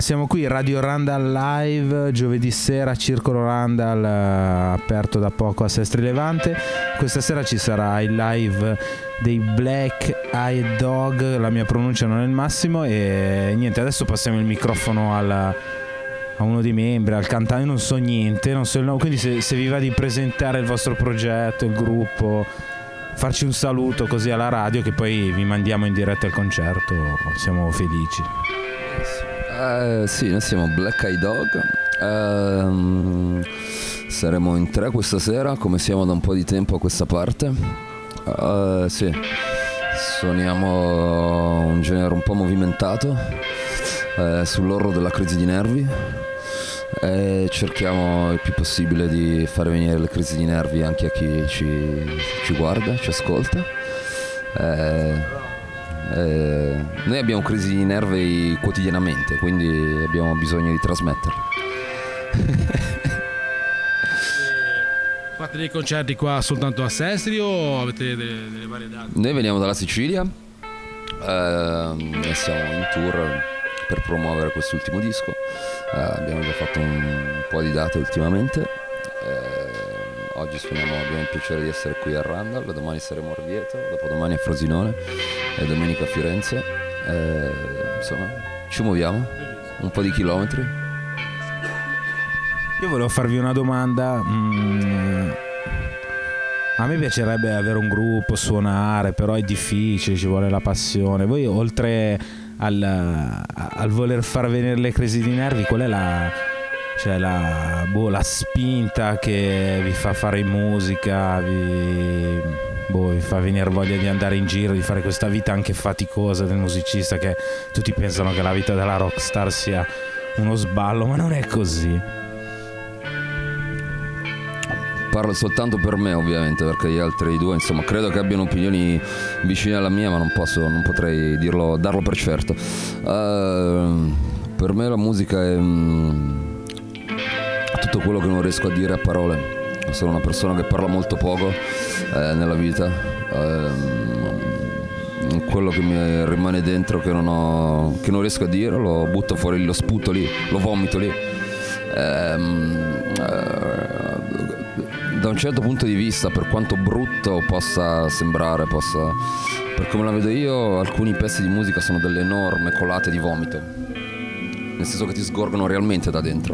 Siamo qui, Radio Randall Live, giovedì sera, Circolo Randall, aperto da poco a Sestri Levante. Questa sera ci sarà il live dei Black Eyed Dog, la mia pronuncia non è il massimo, e niente, adesso passiamo il microfono a uno dei membri, al cantante. Io non so niente, non so il nome, quindi se vi va di presentare il vostro progetto, il gruppo, farci un saluto così alla radio, che poi vi mandiamo in diretta al concerto, siamo felici. Sì, noi siamo Black Eyed Dog, saremo in 3 questa sera, come siamo da un po' di tempo a questa parte. Sì, suoniamo un genere un po' movimentato, sull'orlo della crisi di nervi, e cerchiamo il più possibile di fare venire le crisi di nervi anche a chi ci guarda, ci ascolta. Noi abbiamo crisi di nervi quotidianamente, quindi abbiamo bisogno di trasmetterle. Fate dei concerti qua soltanto a Sestri o avete delle varie date? Noi veniamo dalla Sicilia e siamo in tour per promuovere quest'ultimo disco. Abbiamo già fatto un po' di date ultimamente. Oggi suoniamo, abbiamo il piacere di essere qui a Randall, domani saremo a Orvieto, dopodomani a Frosinone e domenica a Firenze. Insomma, ci muoviamo un po' di chilometri. Io volevo farvi una domanda. A me piacerebbe avere un gruppo, suonare, però è difficile, ci vuole la passione. Voi, oltre al voler far venire le crisi di nervi, qual è la spinta che vi fa fare musica, vi fa venire voglia di andare in giro, di fare questa vita anche faticosa del musicista, che tutti pensano che la vita della rockstar sia uno sballo, ma non è così. Parlo soltanto per me, ovviamente, perché gli altri due, insomma, credo che abbiano opinioni vicine alla mia, ma non potrei darlo per certo. Per me la musica è tutto quello che non riesco a dire a parole. Sono una persona che parla molto poco nella vita. Quello che mi rimane dentro, che non riesco a dire, lo butto fuori, lo sputo lì, lo vomito lì. Da un certo punto di vista, per quanto brutto possa sembrare, per come la vedo io, alcuni pezzi di musica sono delle enormi colate di vomito, nel senso che ti sgorgono realmente da dentro.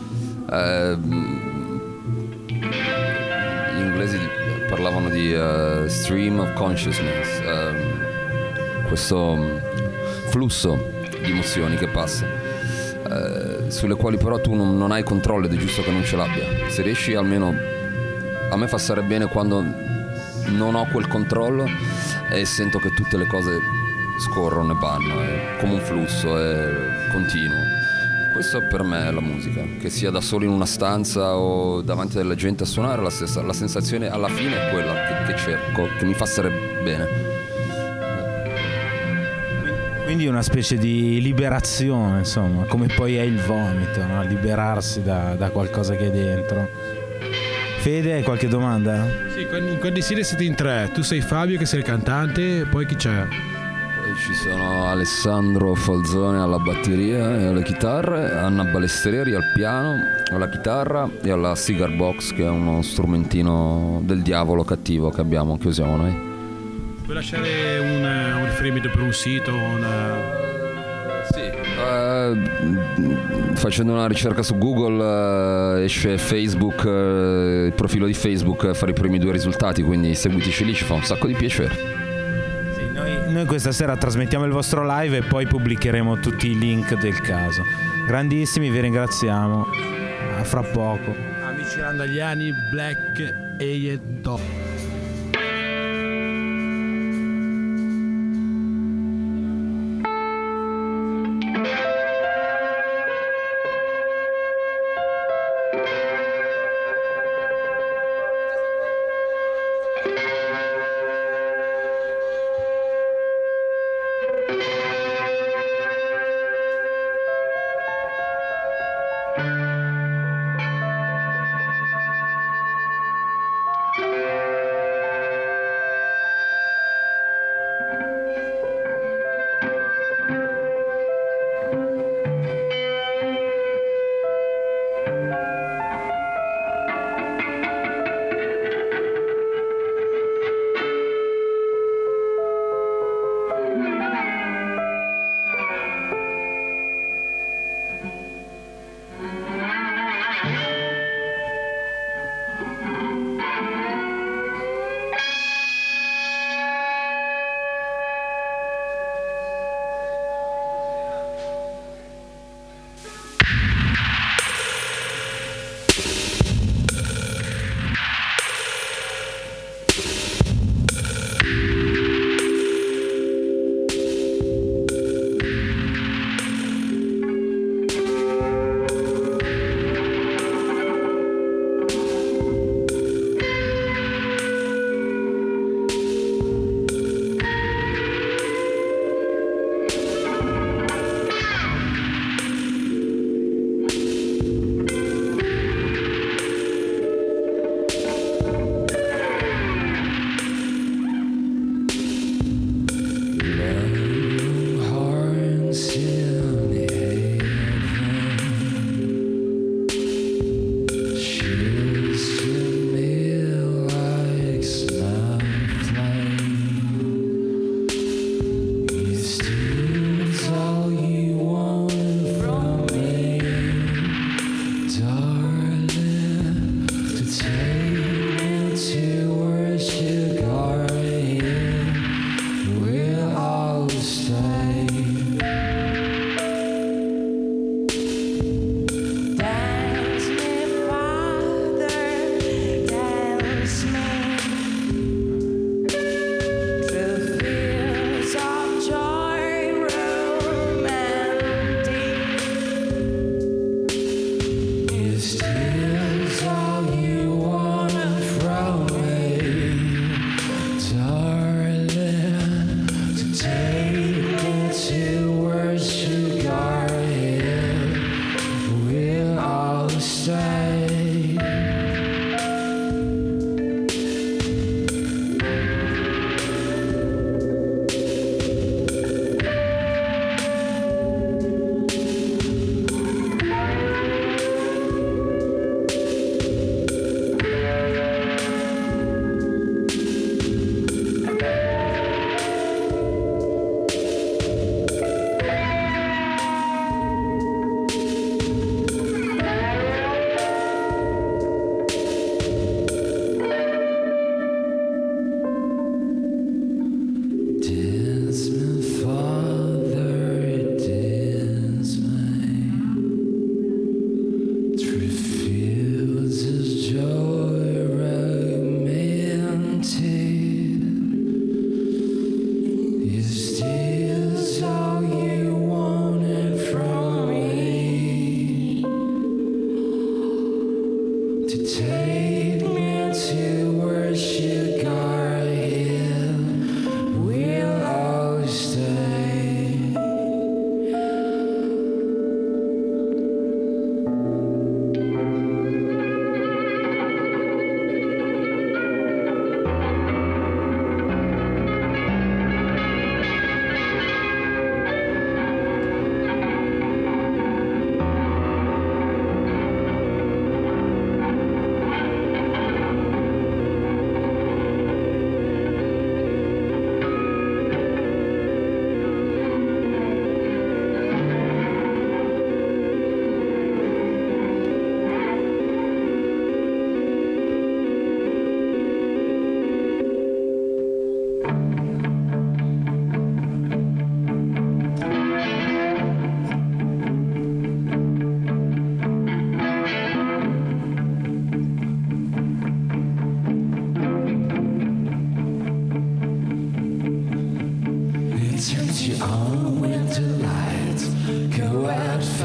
Gli inglesi parlavano di stream of consciousness, questo flusso di emozioni che passa, sulle quali però tu non hai controllo, ed è giusto che non ce l'abbia. Se riesci, almeno a me fa stare bene quando non ho quel controllo e sento che tutte le cose scorrono e vanno, è come un flusso, è continuo. Questo per me è la musica, che sia da solo in una stanza o davanti alla gente a suonare, la sensazione alla fine è quella che cerco, che mi fa stare bene. Quindi una specie di liberazione, insomma, come poi è il vomito, no? Liberarsi da qualcosa che è dentro. Fede, hai qualche domanda? Sì, in quanti siete in 3? Tu sei Fabio, che sei il cantante, poi chi c'è? Poi ci sono Alessandro Falzone alla batteria e alle chitarre, Anna Balestrieri al piano, alla chitarra e alla cigar box, che è uno strumentino del diavolo cattivo che usiamo noi. Puoi lasciare un riferimento per un sito? Sì, facendo una ricerca su Google esce Facebook, il profilo di Facebook, fare i primi 2 risultati, quindi seguiteci lì, ci fa un sacco di piacere. Sì, noi questa sera trasmettiamo il vostro live e poi pubblicheremo tutti i link del caso. Grandissimi, vi ringraziamo. A fra poco. Amici randagliani, Black Eyed Dog.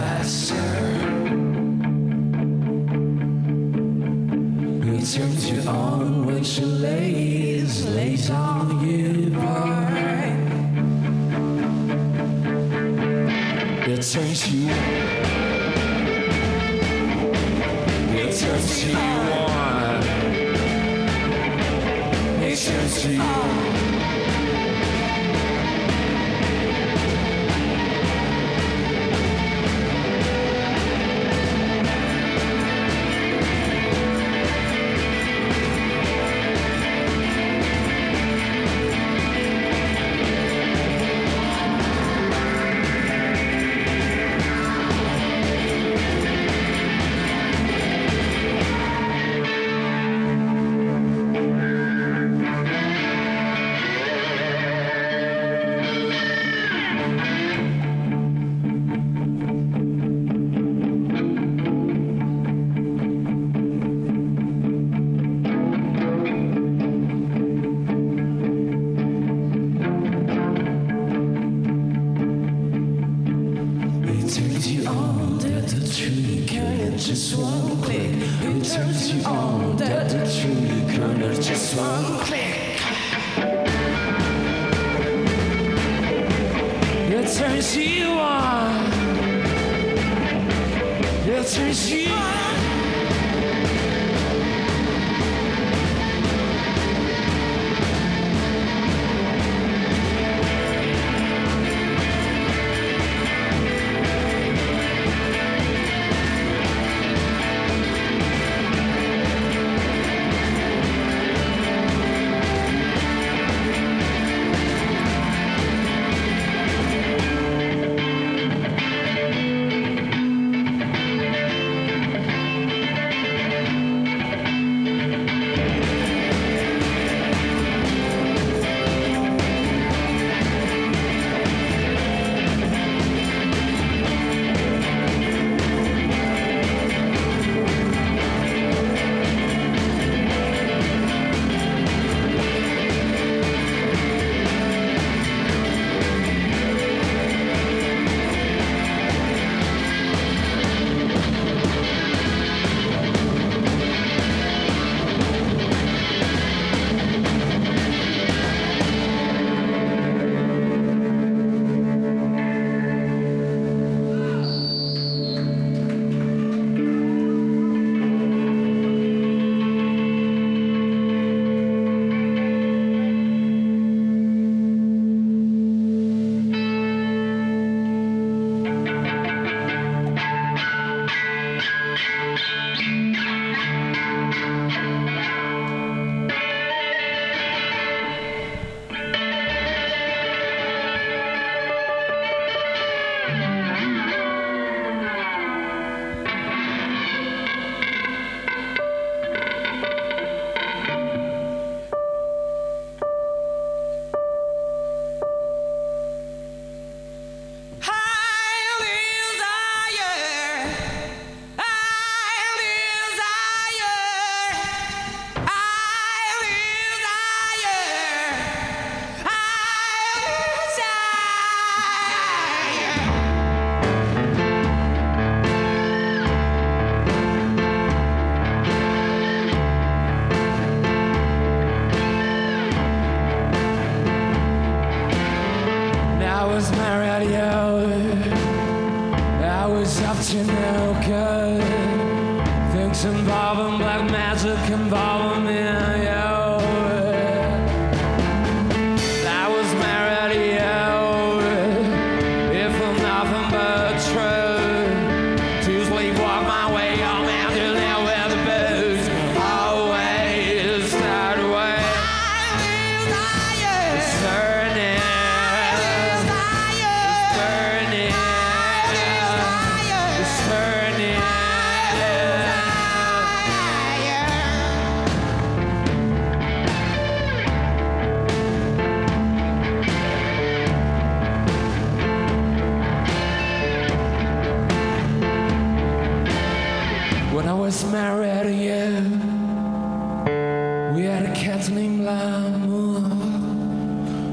faster. It turns you on when she lays on you, boy. It turns you on. It turns you on. It turns you on.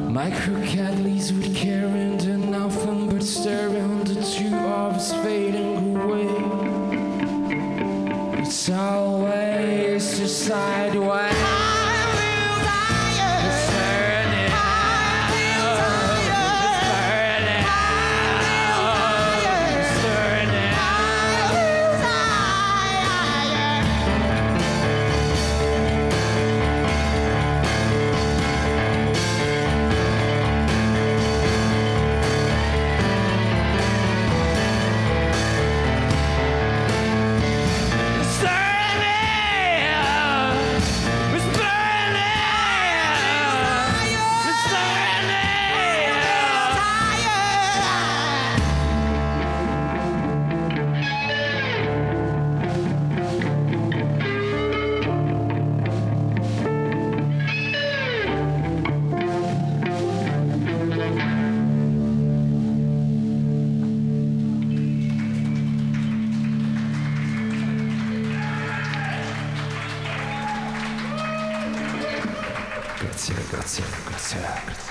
Microcadleys would care into nothing but stare into two of his fading way. It's always the sideways. Grazie.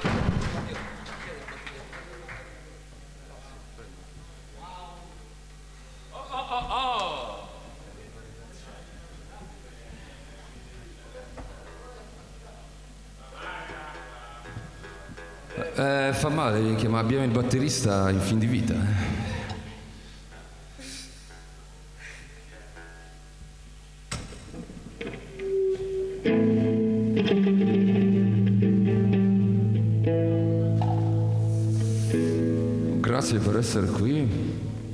Fa male, ma abbiamo il batterista in fin di vita. Grazie per essere qui.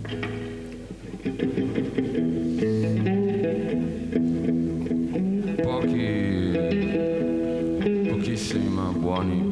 Pochissimi ma buoni.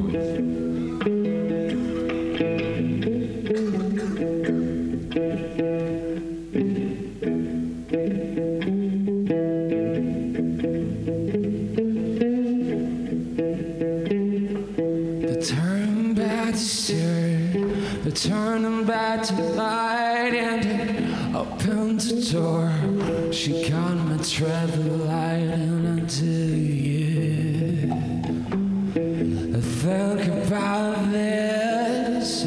Turning back to light and opened the door. She got me traveling into you. I think about this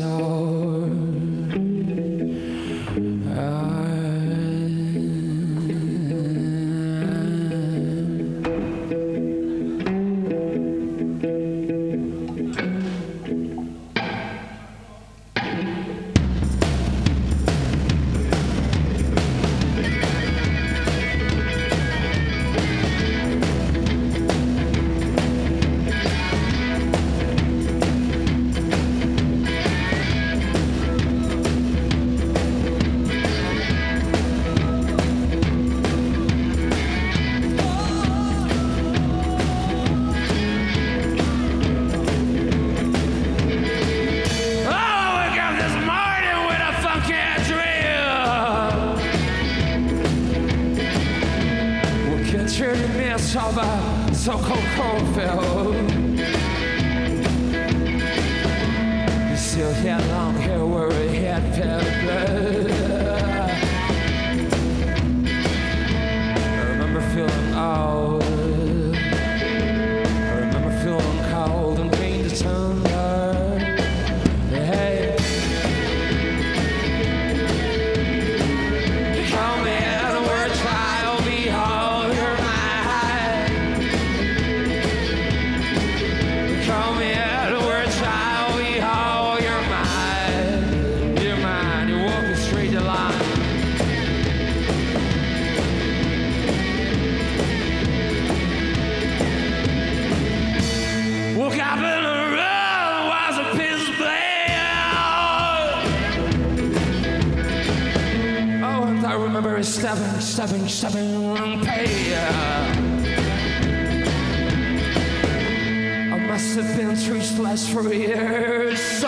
so-called cornfield. You still had long hair where it had pale blood. I remember feeling old. I remember feeling cold and pain to thunder. Hey, you call me out of word, child, behold your mind. Call me out of word, child, behold your mind. Your mind, you're walking straight to line. Woke up in a room, was a piece of blood. Oh, and I remember it stabbing pain. I must have been treeless for years, so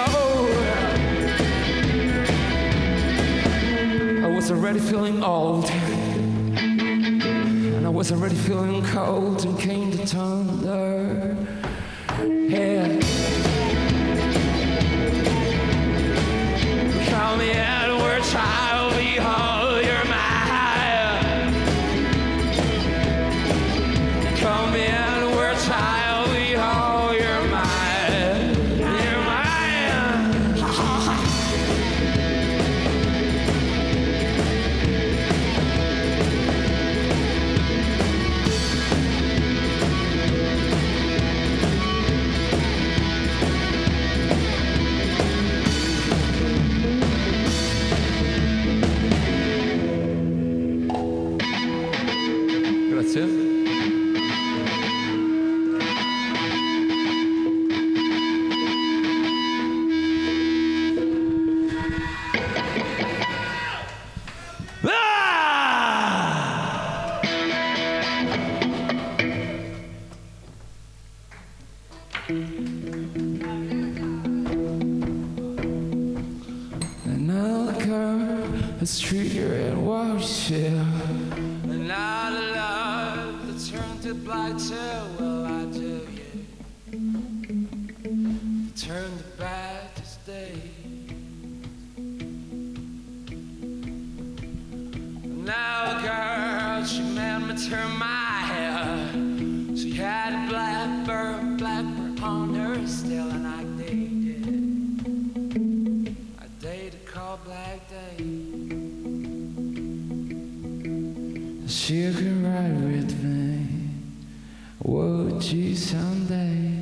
I was already feeling old, and I was already feeling cold, and came the thunder. Yeah. Call me out of word, child, behold your mind. Call me out of word, child, behold your mind. Your mind. trigger and watch you feel. And now the love that turned to black too, well I do you. Turn to bad to stay. Now a girl, she made me turn my hair. She had a blackbird on her still, and I dated called Black Day. She could ride with me, would you someday?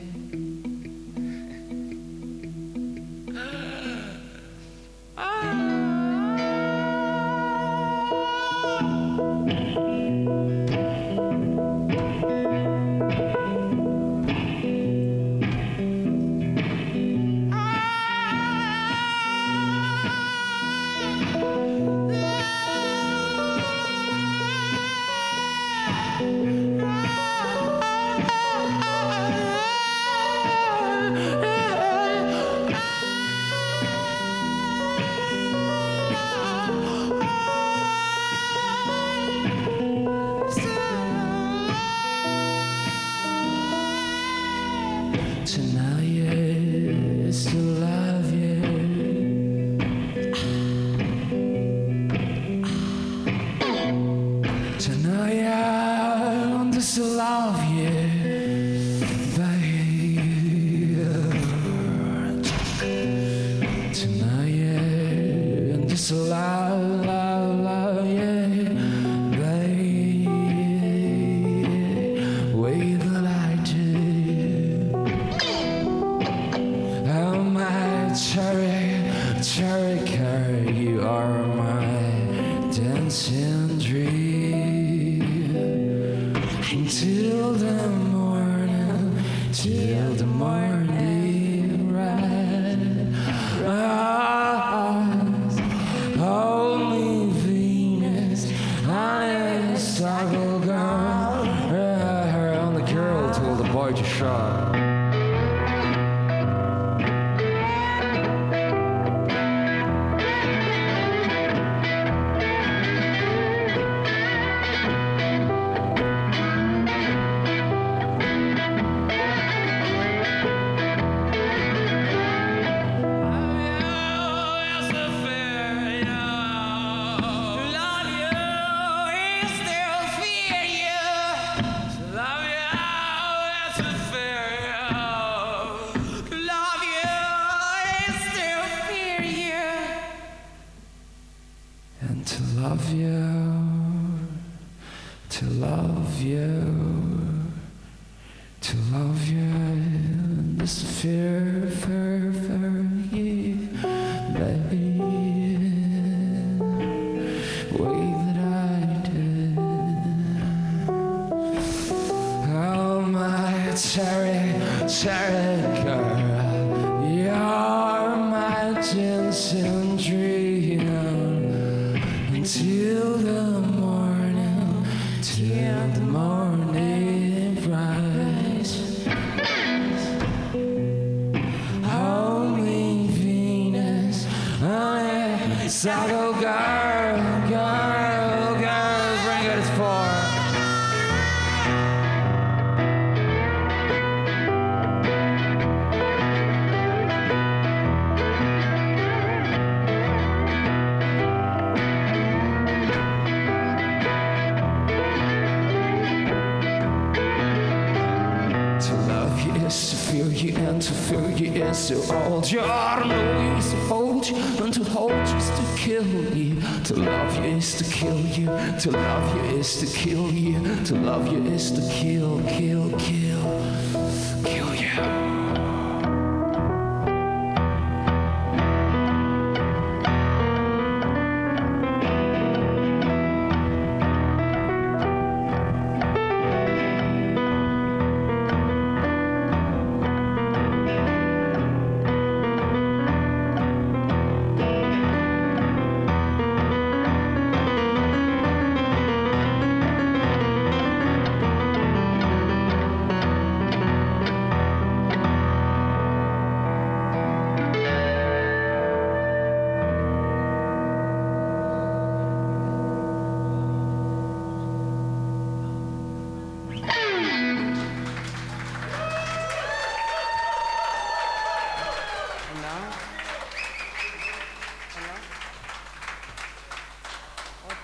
To hold you, I don't know is to hold you, and to hold you is to kill you. To love you is to kill you. To love you is to kill you. To love you is to kill you.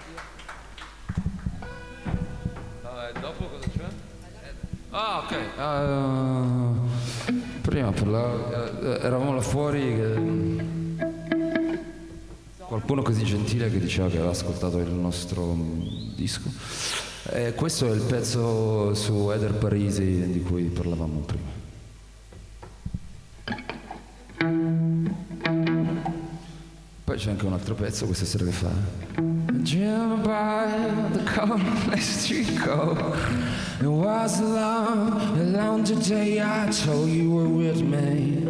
Dopo cosa c'è? Ah, ok. Prima eravamo là fuori qualcuno così gentile che diceva che aveva ascoltato il nostro disco. E questo è il pezzo su Eder Parisi di cui parlavamo prima. Poi c'è anche un altro pezzo questa sera che fa Jim by the corner street go. It was a long day I told you were with me.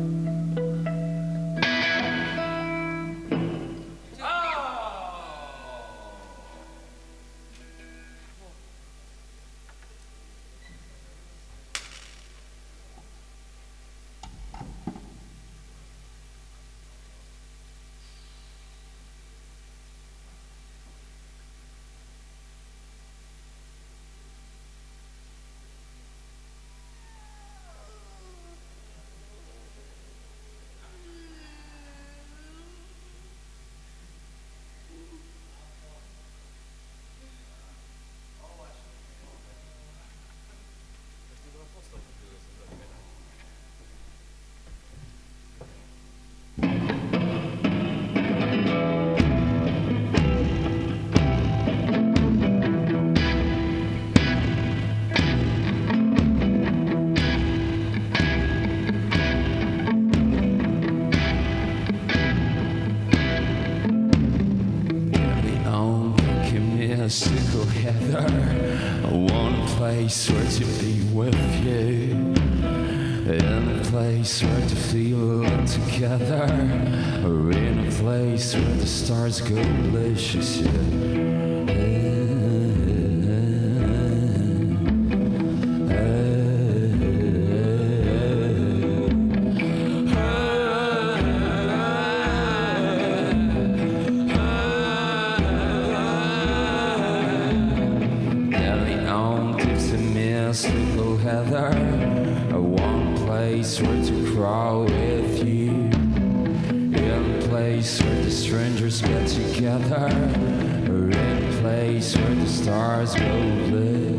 Sickle heather, one place where to be with you, in a place where to feel together, or in a place where the stars go delicious. Where to crawl with you, in a place where the strangers get together, or in a place where the stars go lit.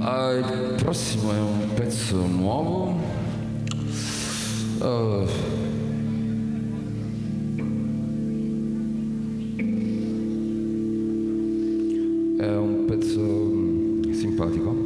Il prossimo è un pezzo nuovo. È un pezzo simpatico.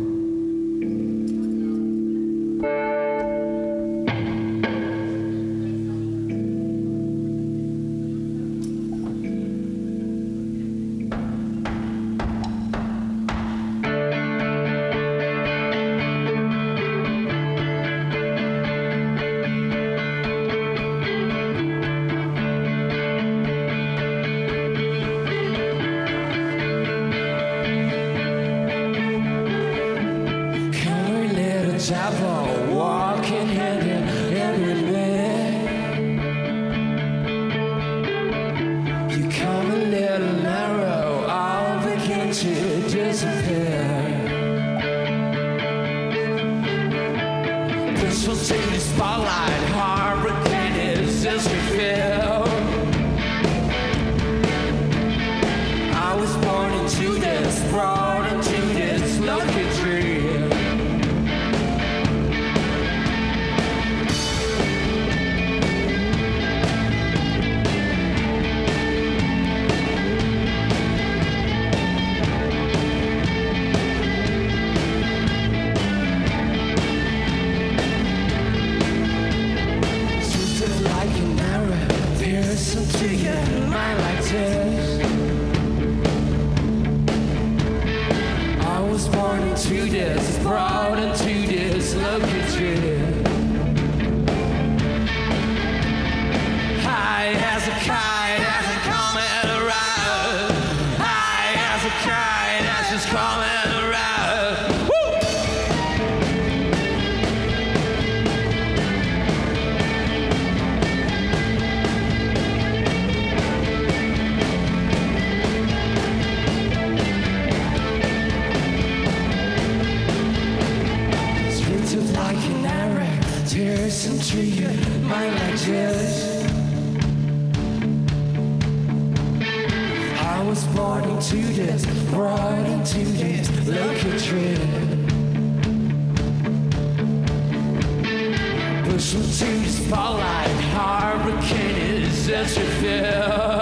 Devil walking hand in hand with me. You come a little narrow, I'll begin to disappear. This will take the spotlight, hurricane is as we feel. I was born into this, brought into this lucky tree. To your mind like this, I was born into this, brought into this lucky trip. High as a kite, as a comet around. High as a kite, as this comet around. Woo! Tears into your mind like this. I was born into this, brought into this lucky trip. Push into the spotlight, hurricane is as you feel.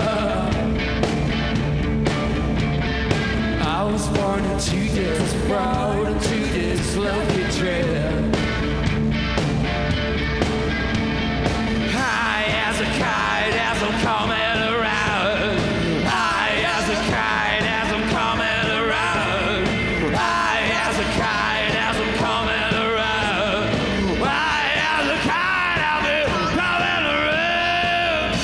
I was born into this, brought into this lucky trip. As a kite, as I'm coming around. I as a kite, as I'm coming around. I as a kite, as I'm coming around. I as a kite, as I'm coming around.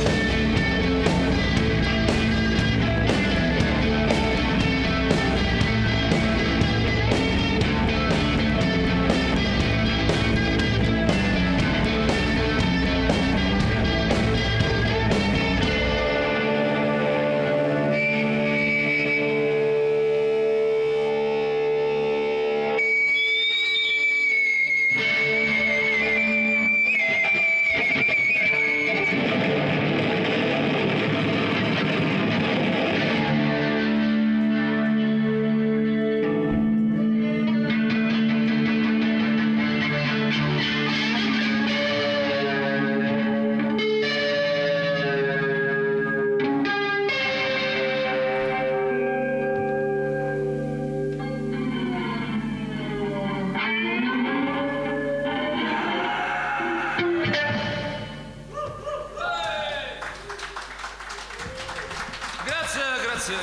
Grazie.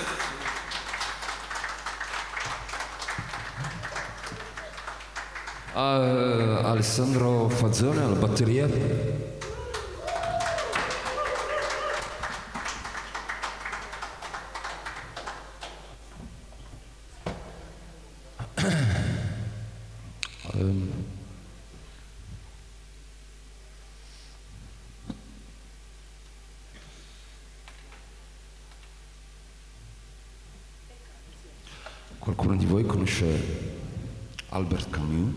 Alessandro Fazzone alla batteria. Qualcuno di voi conosce Albert Camus?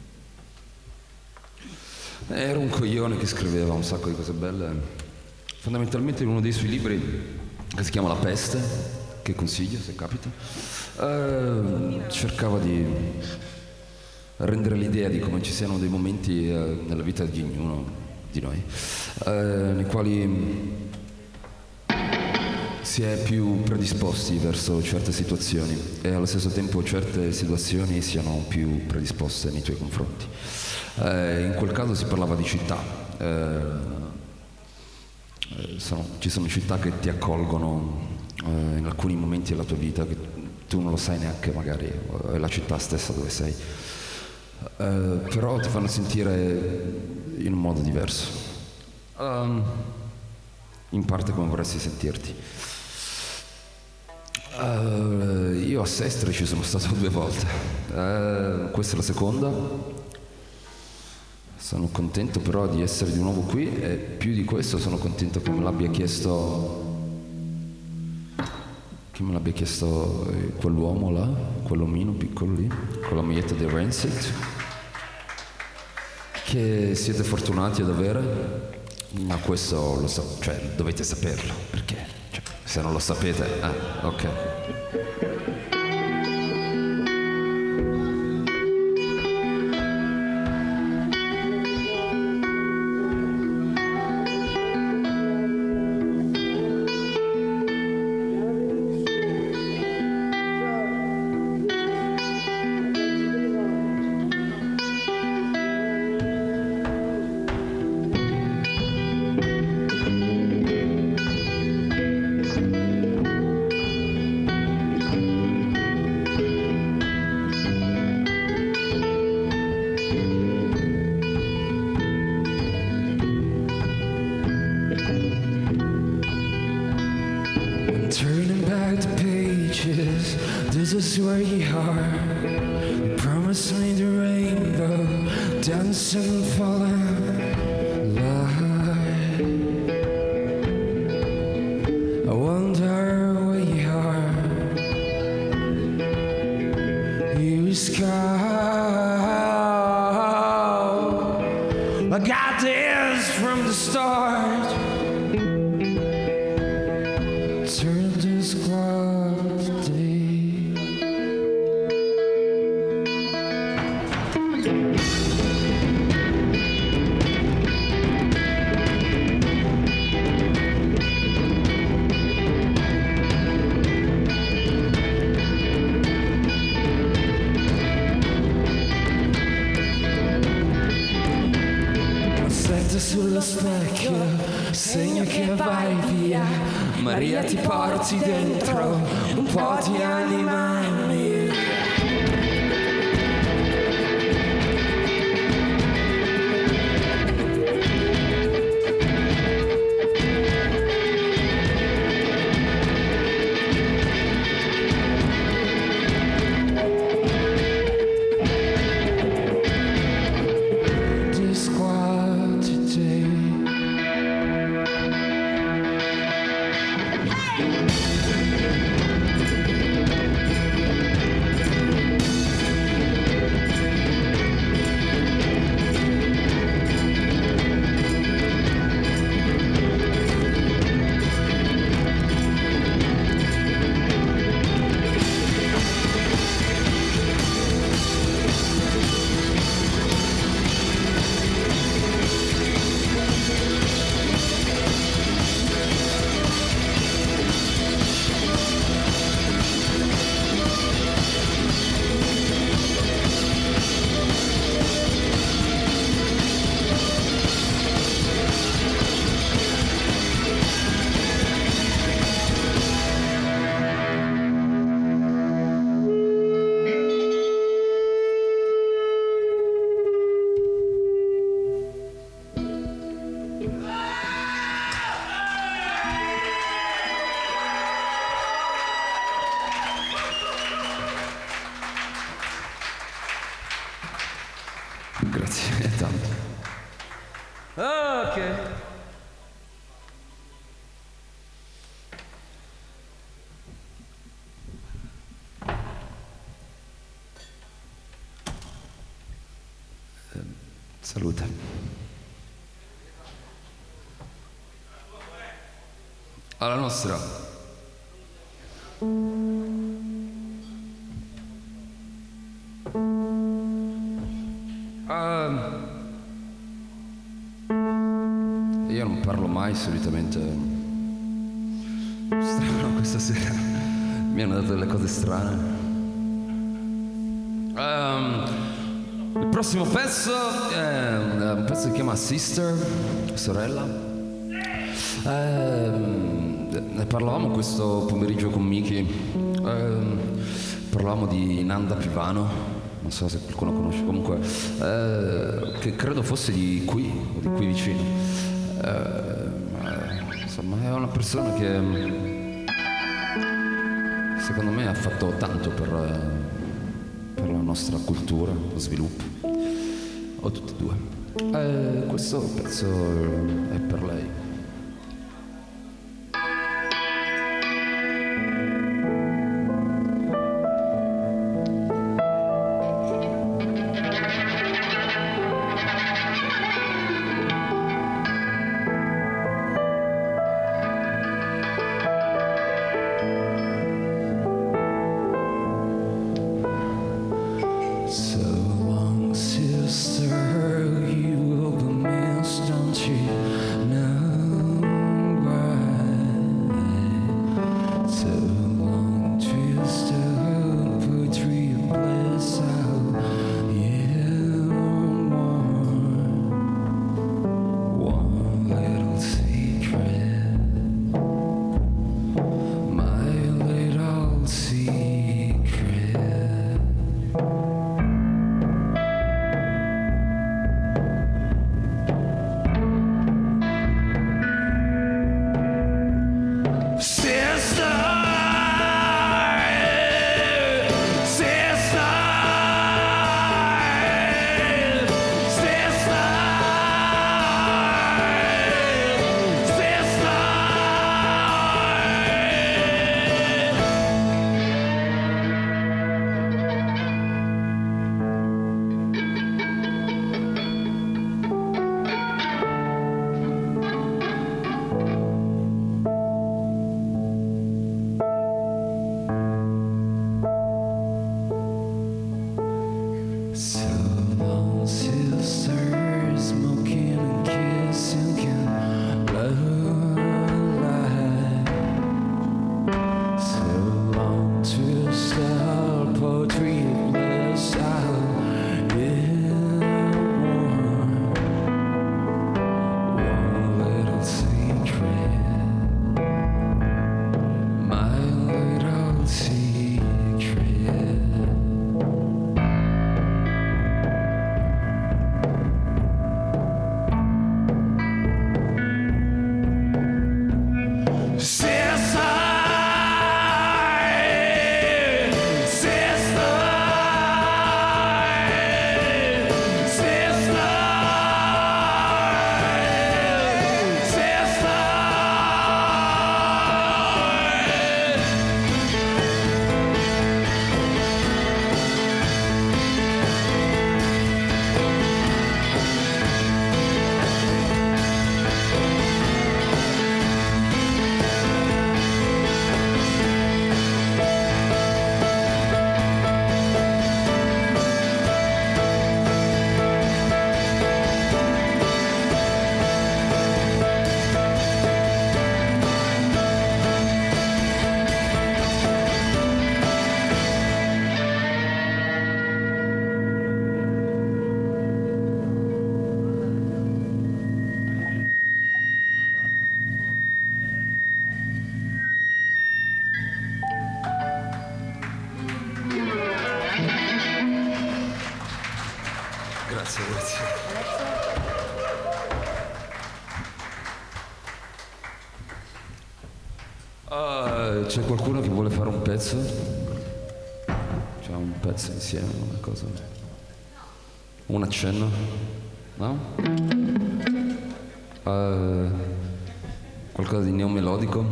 Era un coglione che scriveva un sacco di cose belle. Fondamentalmente in uno dei suoi libri, che si chiama La peste, che consiglio se capita. Cercava di rendere l'idea di come ci siano dei momenti nella vita di ognuno di noi nei quali si è più predisposti verso certe situazioni e allo stesso tempo certe situazioni siano più predisposte nei tuoi confronti. In quel caso si parlava di città. Ci sono città che ti accolgono in alcuni momenti della tua vita che tu non lo sai neanche, magari è la città stessa dove sei, però ti fanno sentire in un modo diverso, in parte come vorresti sentirti. Io a Sestre ci sono stato 2 volte, questa è la seconda. Sono contento però di essere di nuovo qui e più di questo sono contento che me l'abbia chiesto quell'uomo là, quell'omino piccolo lì, con la maglietta dei Rancid, che siete fortunati ad avere, ma questo lo so, cioè dovete saperlo, perché cioè, se non lo sapete, ok. Turning back the pages, this is where you are. You promised me the rainbow, dancing, falling light. I wonder where you are. You scout. I got this from the start. Turn this crowd today. Aspetta sullo specchio, segno che vai via. Maria ti porti dentro un po' di anima mia. This squad today. Grazie tanto. Ok. Salute. Alla nostra. Io non parlo mai solitamente. Strano, questa sera mi hanno dato delle cose strane. Il prossimo pezzo è un pezzo che si chiama Sister, sorella. Ne parlavamo questo pomeriggio con Miki. Parlavamo di Nanda Pivano, non so se qualcuno conosce, comunque che credo fosse di qui o di qui vicino. Insomma, è una persona che secondo me ha fatto tanto per la nostra cultura, lo sviluppo, o tutti e due. Questo pezzo è per lei. Grazie, grazie. C'è qualcuno che vuole fare un pezzo? C'è un pezzo insieme, una cosa? Un accenno? No? Qualcosa di neomelodico?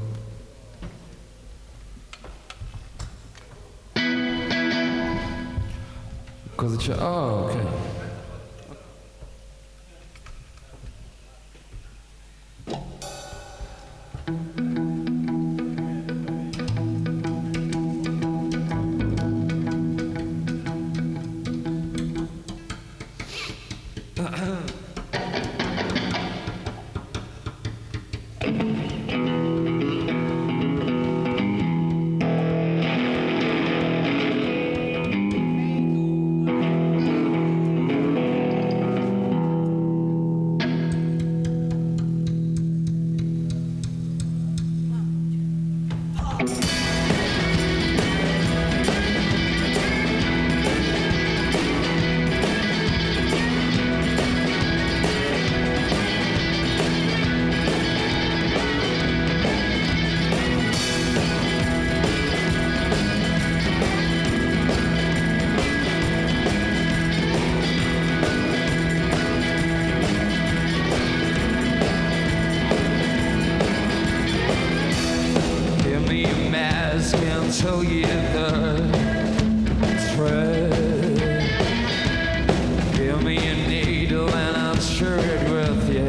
Cosa c'è? Ah, ok. the thread. Give me a needle and I'll share it with you.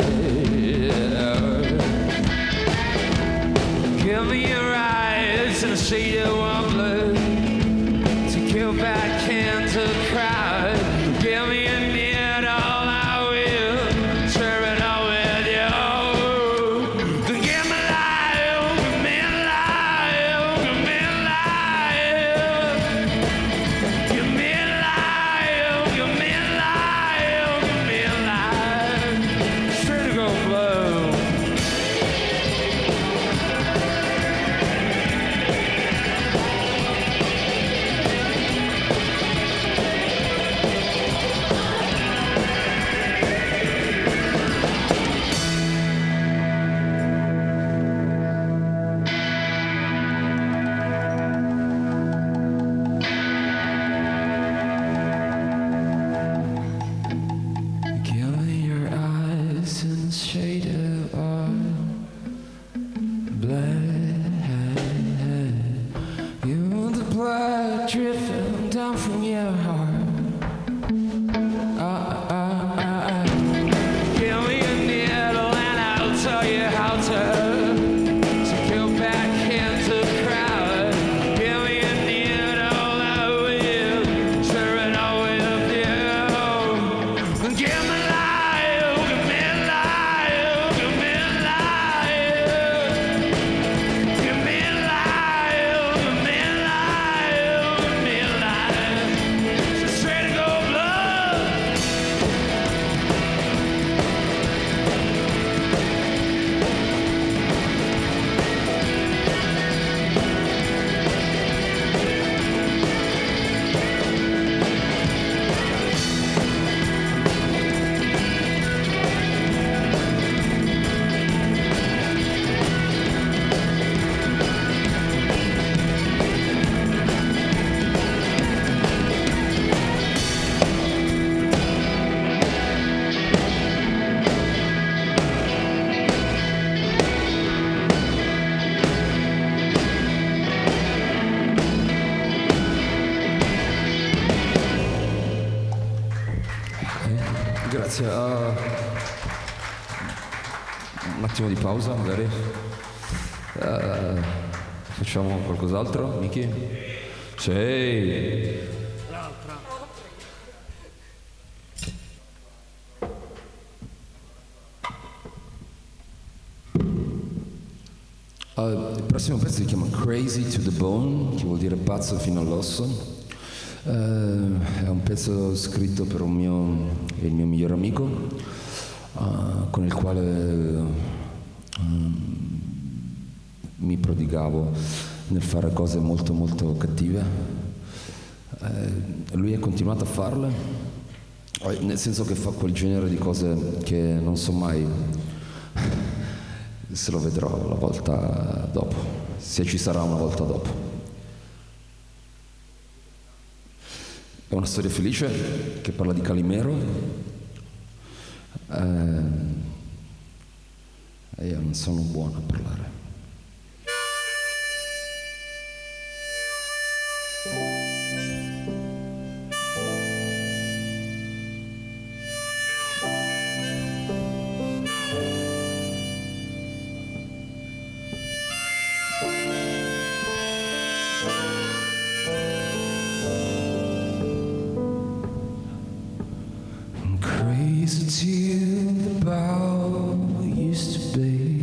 Give me your eyes and a shade of warm blue to kill back cancer cry. Give me a needle, I will share it all with you. Give me life, give me life, give me life. Give me life, give me life, give me life. Straight to go blue. Give me your eyes in the shade of our blood. You want the blood dripping down from your heart. Give me a needle and I'll tell you how to kill back cancer crowd. Give me a needle, I will share it all with you. Give me life, give me life, give me life. Give me life, give me life, give me life. So straight to go blood. Grazie. Un attimo di pausa, magari. Facciamo qualcos'altro, Miki? Sì. Il prossimo pezzo si chiama Crazy to the Bone, che vuol dire pazzo fino all'osso. È un pezzo scritto per il mio migliore amico, con il quale mi prodigavo nel fare cose molto molto cattive. Lui ha continuato a farle, nel senso che fa quel genere di cose che non so mai se lo vedrò la volta dopo, se ci sarà una volta dopo. È una storia felice che parla di Calimero e io non sono buono a parlare. Crazy to the bow used to be,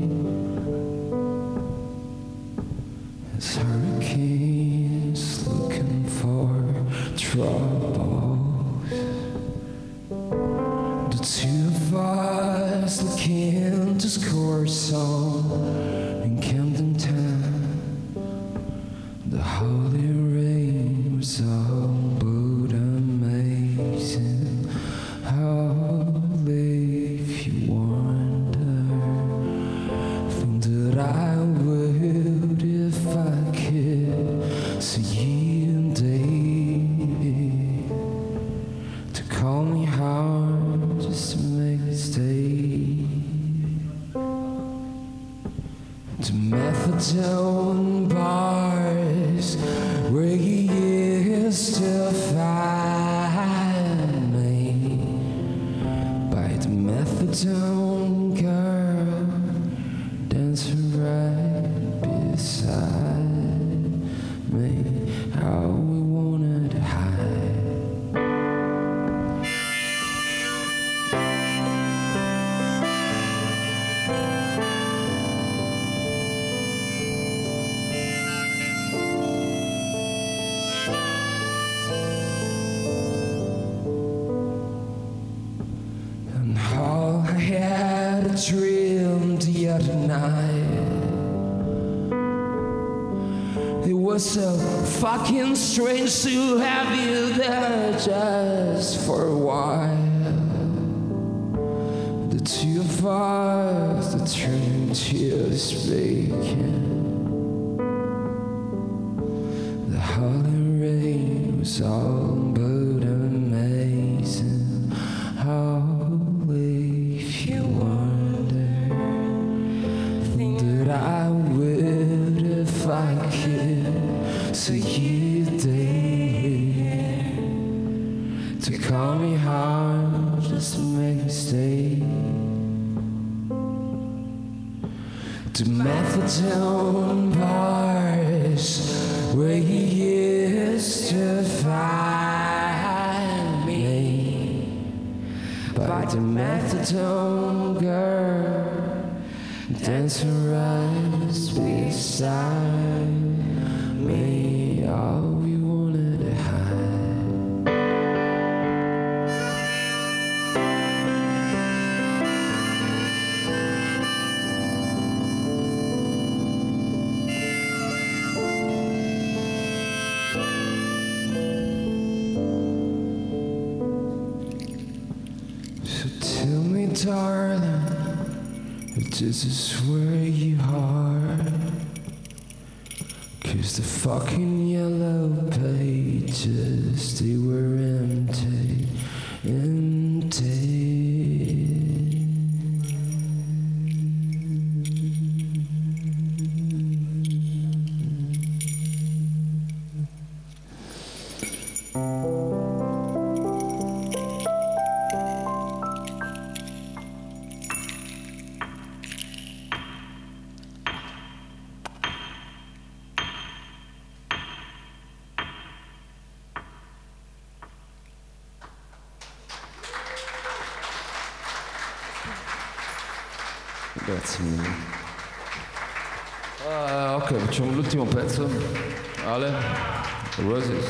as hurricanes looking for troubles. The two of us looking to score some in Camden Town. The holy rain was all but amazing. How if you wonder, think that I would if I could see you and David to call me hard just to make me stay. To methadone bars where where you used to find me by the methadone girl dancing right beside me. How we wanted to hide. And all I had dreamed the other night, it was so fucking strange to have you there just for a while. The two of us, the Trinity speaking. The holy rain was all but amazing. Oh, if you wonder, think that I would if I could. So you dare to call me hard just to make me stay. To methadone bars where you used to find me, by the methadone girl dancing right beside me. All we wanted to hide. So tell me, darling, if this is where you are. 'Cause the fucking yellow pages, they were empty, empty. Grazie mille. Ok, facciamo l'ultimo pezzo. Ale, Roses.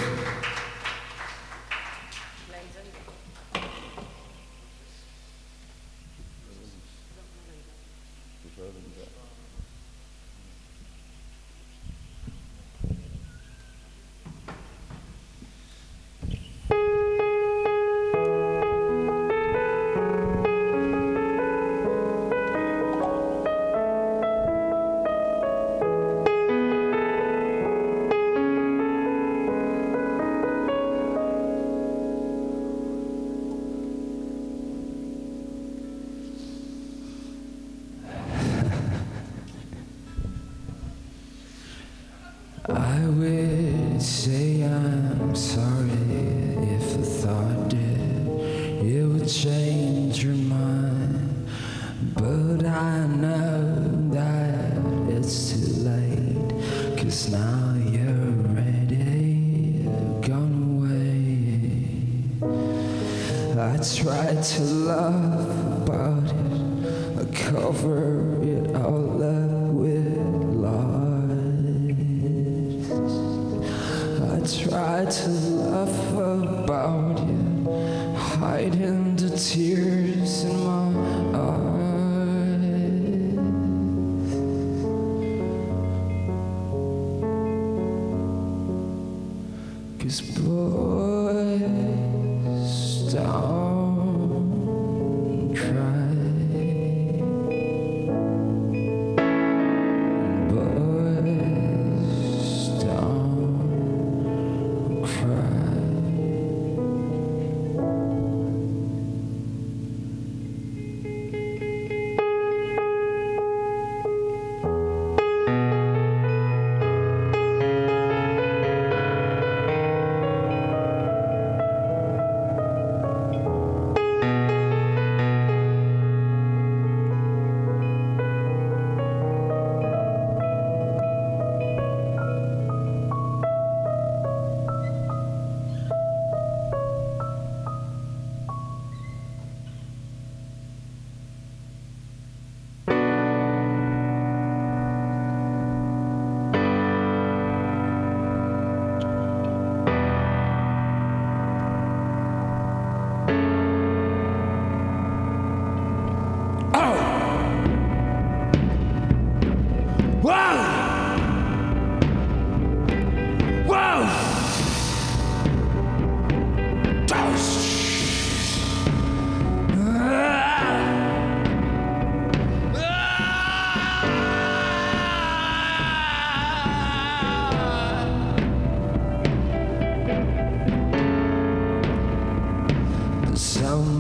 I would say I'm sorry if I thought it would change your mind, but I know that it's too late, 'cause now you're ready, gone away. I tried to laugh about it, I cover it all up with lies. I tried to laugh about you, hiding the tears in my eyes. 'Cause boys don't cry. Boys don't cry.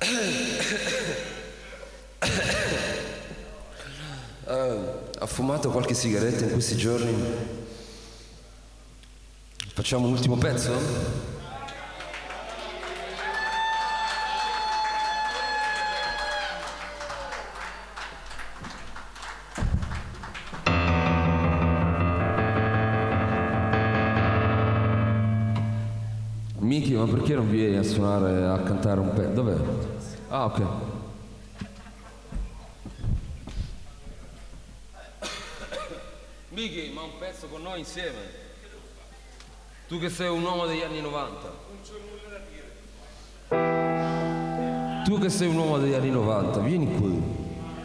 Ha fumato qualche sigaretta in questi giorni? Facciamo un ultimo pezzo? Miki, ma perché non vieni a suonare, a cantare un pezzo? Dov'è? Ah, ok. Miki, ma un pezzo con noi insieme? Tu che sei un uomo degli anni 90. Non c'ho nulla da dire. Tu che sei un uomo degli anni 90, vieni qui.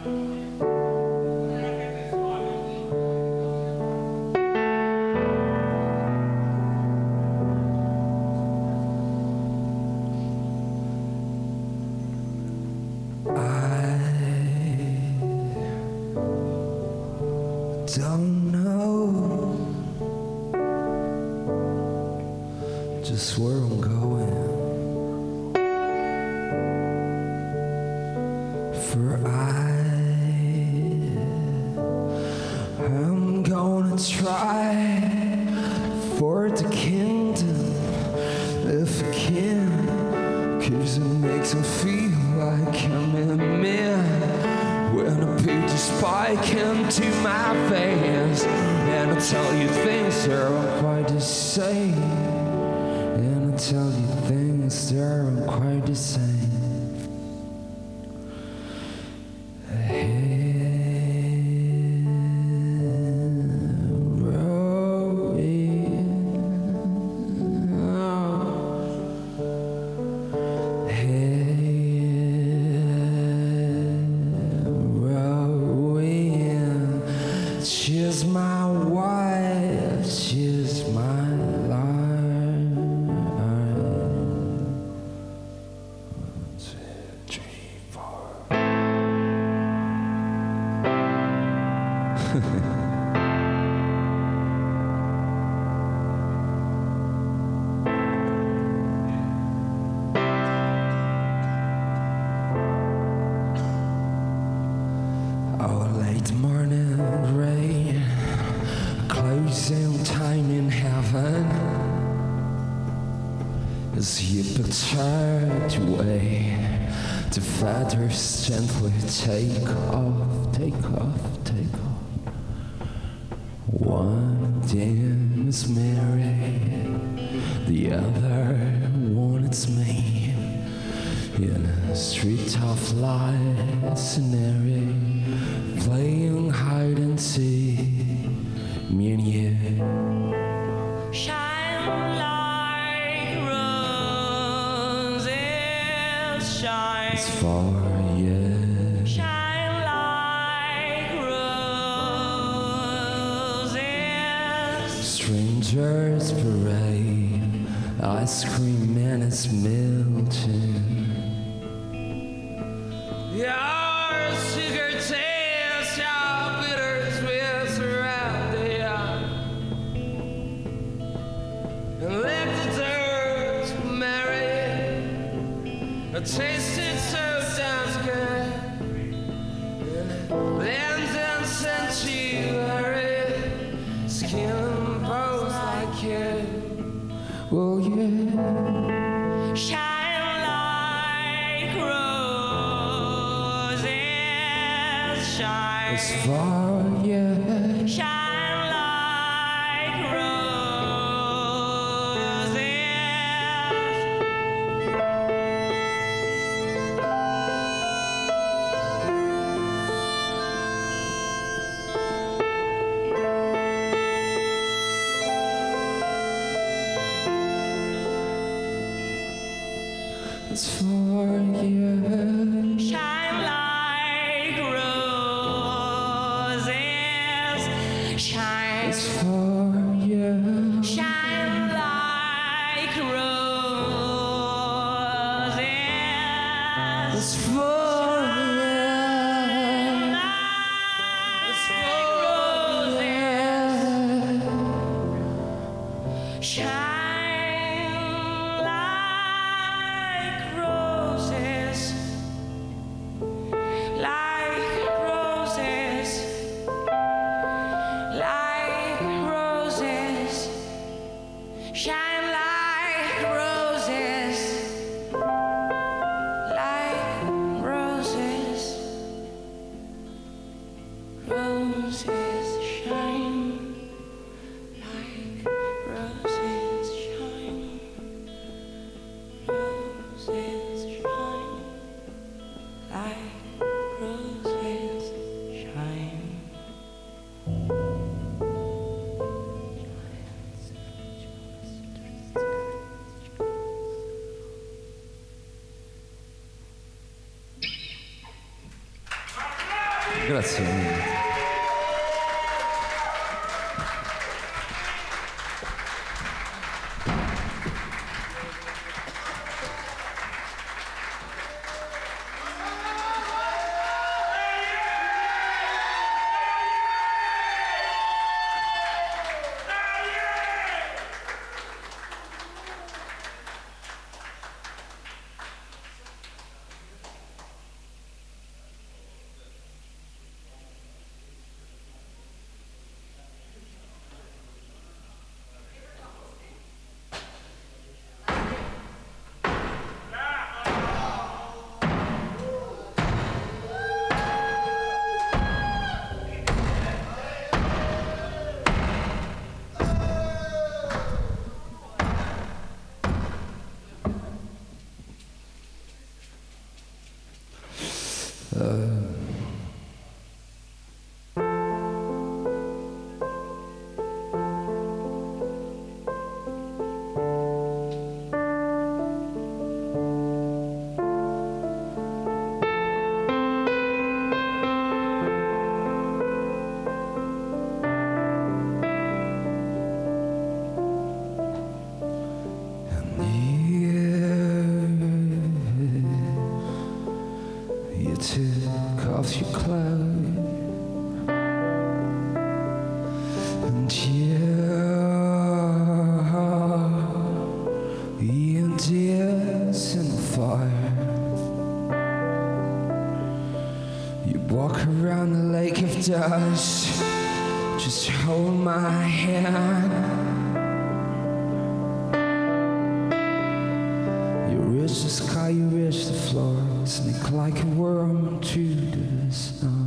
Don't know just where I'm going, for I'm gonna try for the kingdom if I can, 'cause it makes me feel like I'm in a man. When a page spike into my face, and I tell you things that aren't quite the same, and I tell you things that aren't quite the same. She's my wife, she's my life. 1, 2, 3, 4. Oh, late morning rain, closing time in heaven, as you pictured way, the feathers gently take off, take off, take off. One dim is Mary, the other one it's me, in a street of light scenario, playing hide and seek, me and you. Shine like roses, shine. It's for you. Shine like roses. Strangers parade, ice cream and it's melting. Your sugar taste, your bittersweet surrounding, and let the dirt marry. It tasted so damn good, lands and sanctuary, skin bones like you. Well, yeah. Shine like roses, shine. It's for you. Shine like roses. It's for you. Shine like roses. Shine. It's for you. Shine like roses. It's for you. It's for you. Shine like roses. Grazie mille. Your cloud and you dance in the fire. You walk around the lake of dust, just hold my hand. You reach the sky, you reach the floor, sneak like a worm to the sun.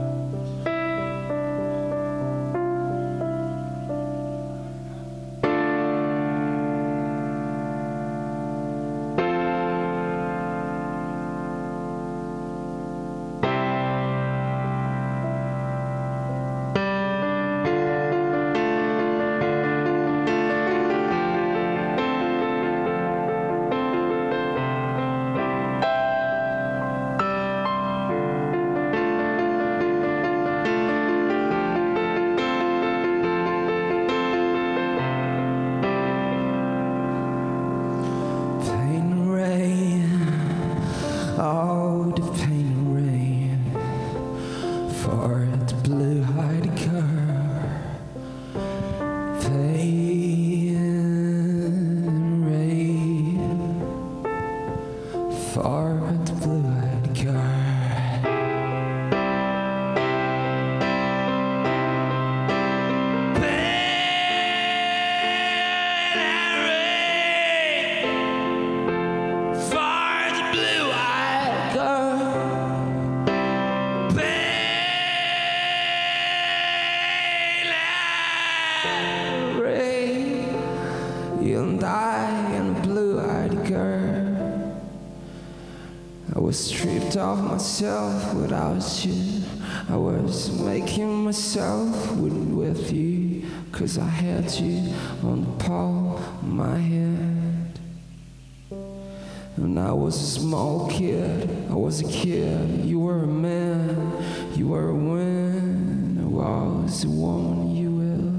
And I and a blue-eyed girl, I was stripped of myself without you. I was making myself with you, 'cause I had you on the palm of my hand. And I was a small kid, I was a kid, you were a man, you were a wind, I was the woman you will.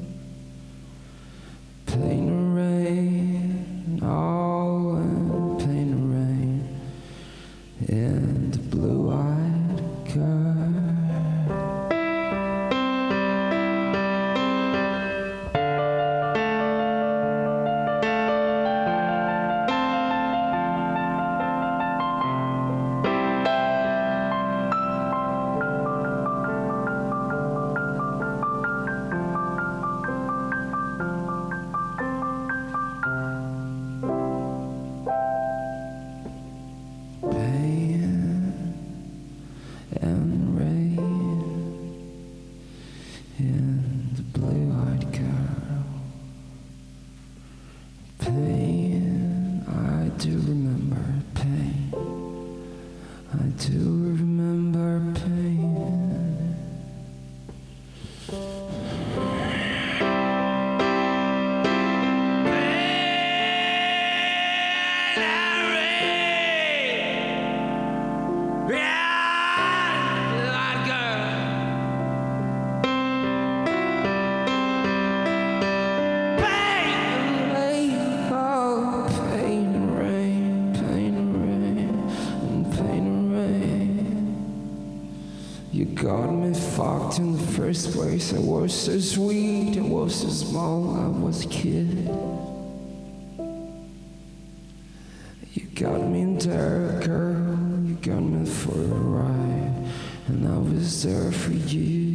Plain rain, all in plain rain, and the blue-eyed girl. heart in the first place. I was so sweet, I was so small, I was a kid. You got me in there, girl, you got me for a ride, and I was there for you.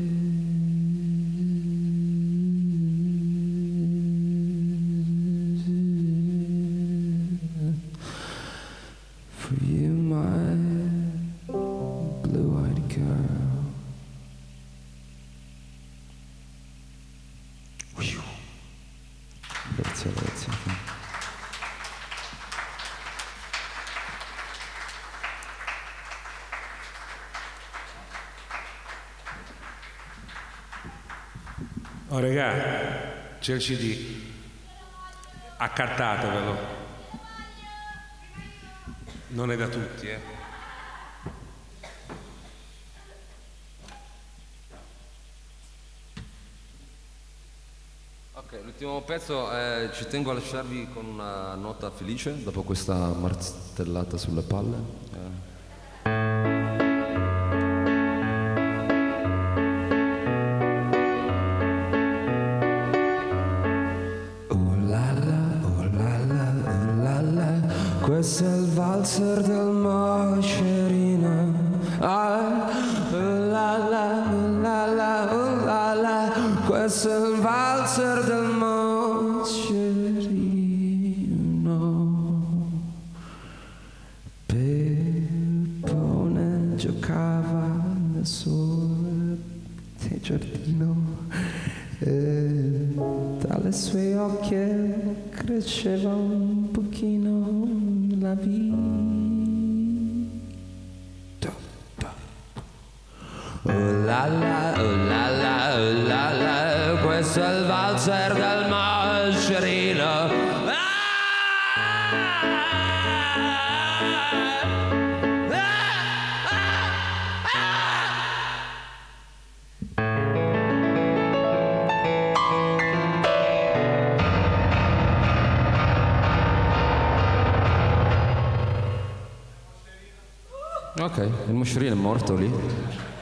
For you, my blue-eyed girl. Grazie. Oh regà, c'è il CD, accartatevelo, non è da tutti, Ok, l'ultimo pezzo ci tengo a lasciarvi con una nota felice dopo questa martellata sulle palle. Questo è il valzer del Moscerino. Ah, la la la la la la. Questo è il valzer del Moscerino. Peppone giocava nel suo giardino e dalle sue occhie cresceva un pochino la vita. Oh la la, oh la la, oh la la, questo è il valzer del Moscerino. Ok, il moscerino è morto lì.